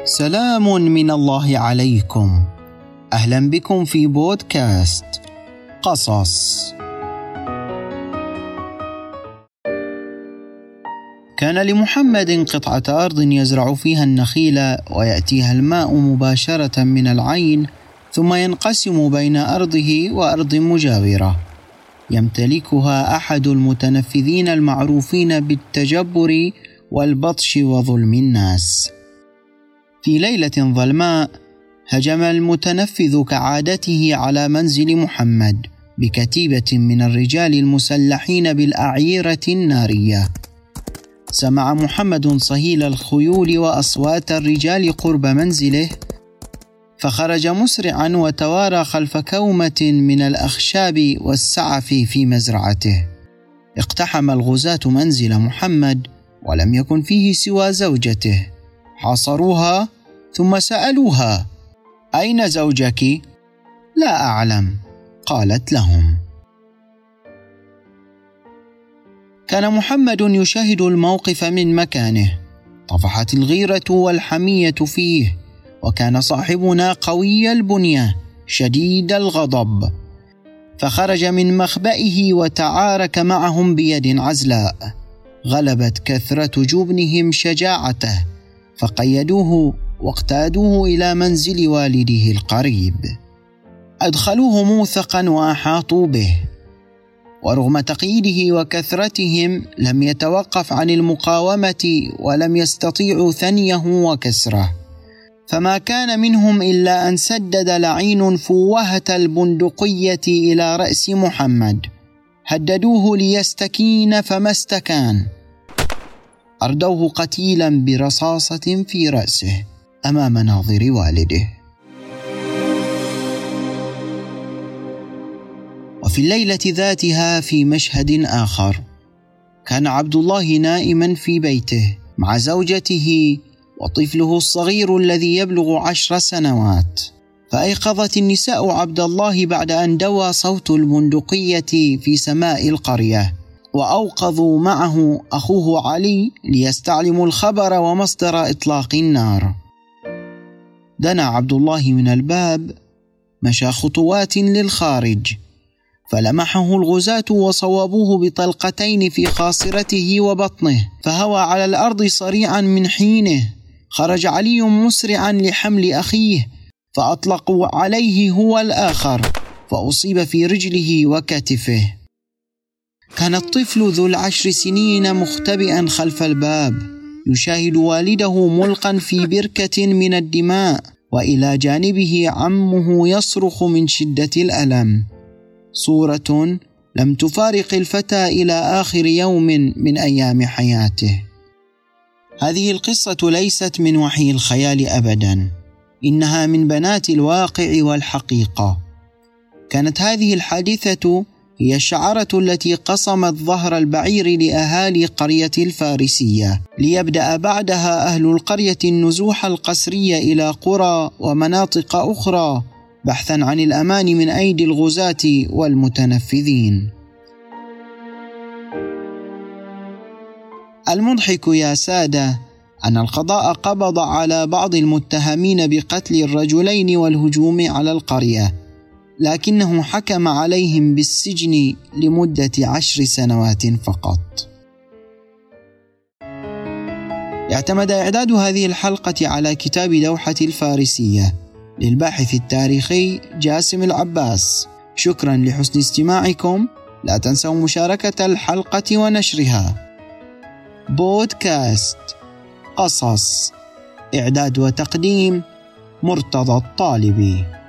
سلام من الله عليكم. أهلا بكم في بودكاست قصص. كان لمحمد قطعة أرض يزرع فيها النخيل ويأتيها الماء مباشرة من العين، ثم ينقسم بين أرضه وأرض مجاورة يمتلكها أحد المتنفذين المعروفين بالتجبر والبطش وظلم الناس. في ليلة ظلماء هجم المتنفذ كعادته على منزل محمد بكتيبة من الرجال المسلحين بالأعيرة النارية. سمع محمد صهيل الخيول وأصوات الرجال قرب منزله، فخرج مسرعا وتوارى خلف كومة من الأخشاب والسعف في مزرعته. اقتحم الغزاة منزل محمد ولم يكن فيه سوى زوجته. حاصروها ثم سألوها: أين زوجك؟ لا أعلم، قالت لهم. كان محمد يشاهد الموقف من مكانه. طفحت الغيرة والحمية فيه، وكان صاحبنا قوي البنية شديد الغضب، فخرج من مخبئه وتعارك معهم بيد عزلاء. غلبت كثرة جبنهم شجاعته، فقيدوه واقتادوه إلى منزل والده القريب. أدخلوه موثقا وأحاطوا به، ورغم تقييده وكثرتهم لم يتوقف عن المقاومة ولم يستطيعوا ثنيه وكسره، فما كان منهم إلا أن سدد لعين فوهة البندقية إلى رأس محمد. هددوه ليستكين فما استكان. أردوه قتيلا برصاصة في رأسه أمام ناظر والده. وفي الليلة ذاتها في مشهد آخر، كان عبد الله نائما في بيته مع زوجته وطفله الصغير الذي يبلغ 10 سنوات. فأيقظت النساء عبد الله بعد أن دوى صوت البندقية في سماء القرية، وأوقظوا معه أخوه علي ليستعلموا الخبر ومصدر إطلاق النار. دنا عبد الله من الباب، مشى خطوات للخارج، فلمحه الغزاة وصوبوه بطلقتين في خاصرته وبطنه، فهوى على الأرض صريعا. من حينه خرج علي مسرعا لحمل أخيه، فأطلقوا عليه هو الآخر، فأصيب في رجله وكتفه. كان الطفل ذو 10 سنين مختبئا خلف الباب يشاهد والده ملقا في بركة من الدماء، وإلى جانبه عمه يصرخ من شدة الألم. صورة لم تفارق الفتى إلى آخر يوم من أيام حياته. هذه القصة ليست من وحي الخيال أبدا، إنها من بنات الواقع والحقيقة. كانت هذه الحادثة هي الشعرة التي قصمت ظهر البعير لأهالي قرية الفارسية، ليبدأ بعدها أهل القرية النزوح القسري إلى قرى ومناطق أخرى بحثا عن الأمان من أيدي الغزاة والمتنفذين. المضحك يا سادة أن القضاء قبض على بعض المتهمين بقتل الرجلين والهجوم على القرية، لكنه حكم عليهم بالسجن لمدة 10 سنوات فقط. اعتمد إعداد هذه الحلقة على كتاب دوحة الفارسية للباحث التاريخي جاسم العباس. شكرا لحسن استماعكم. لا تنسوا مشاركة الحلقة ونشرها. بودكاست قصص، إعداد وتقديم مرتضى الطالبي.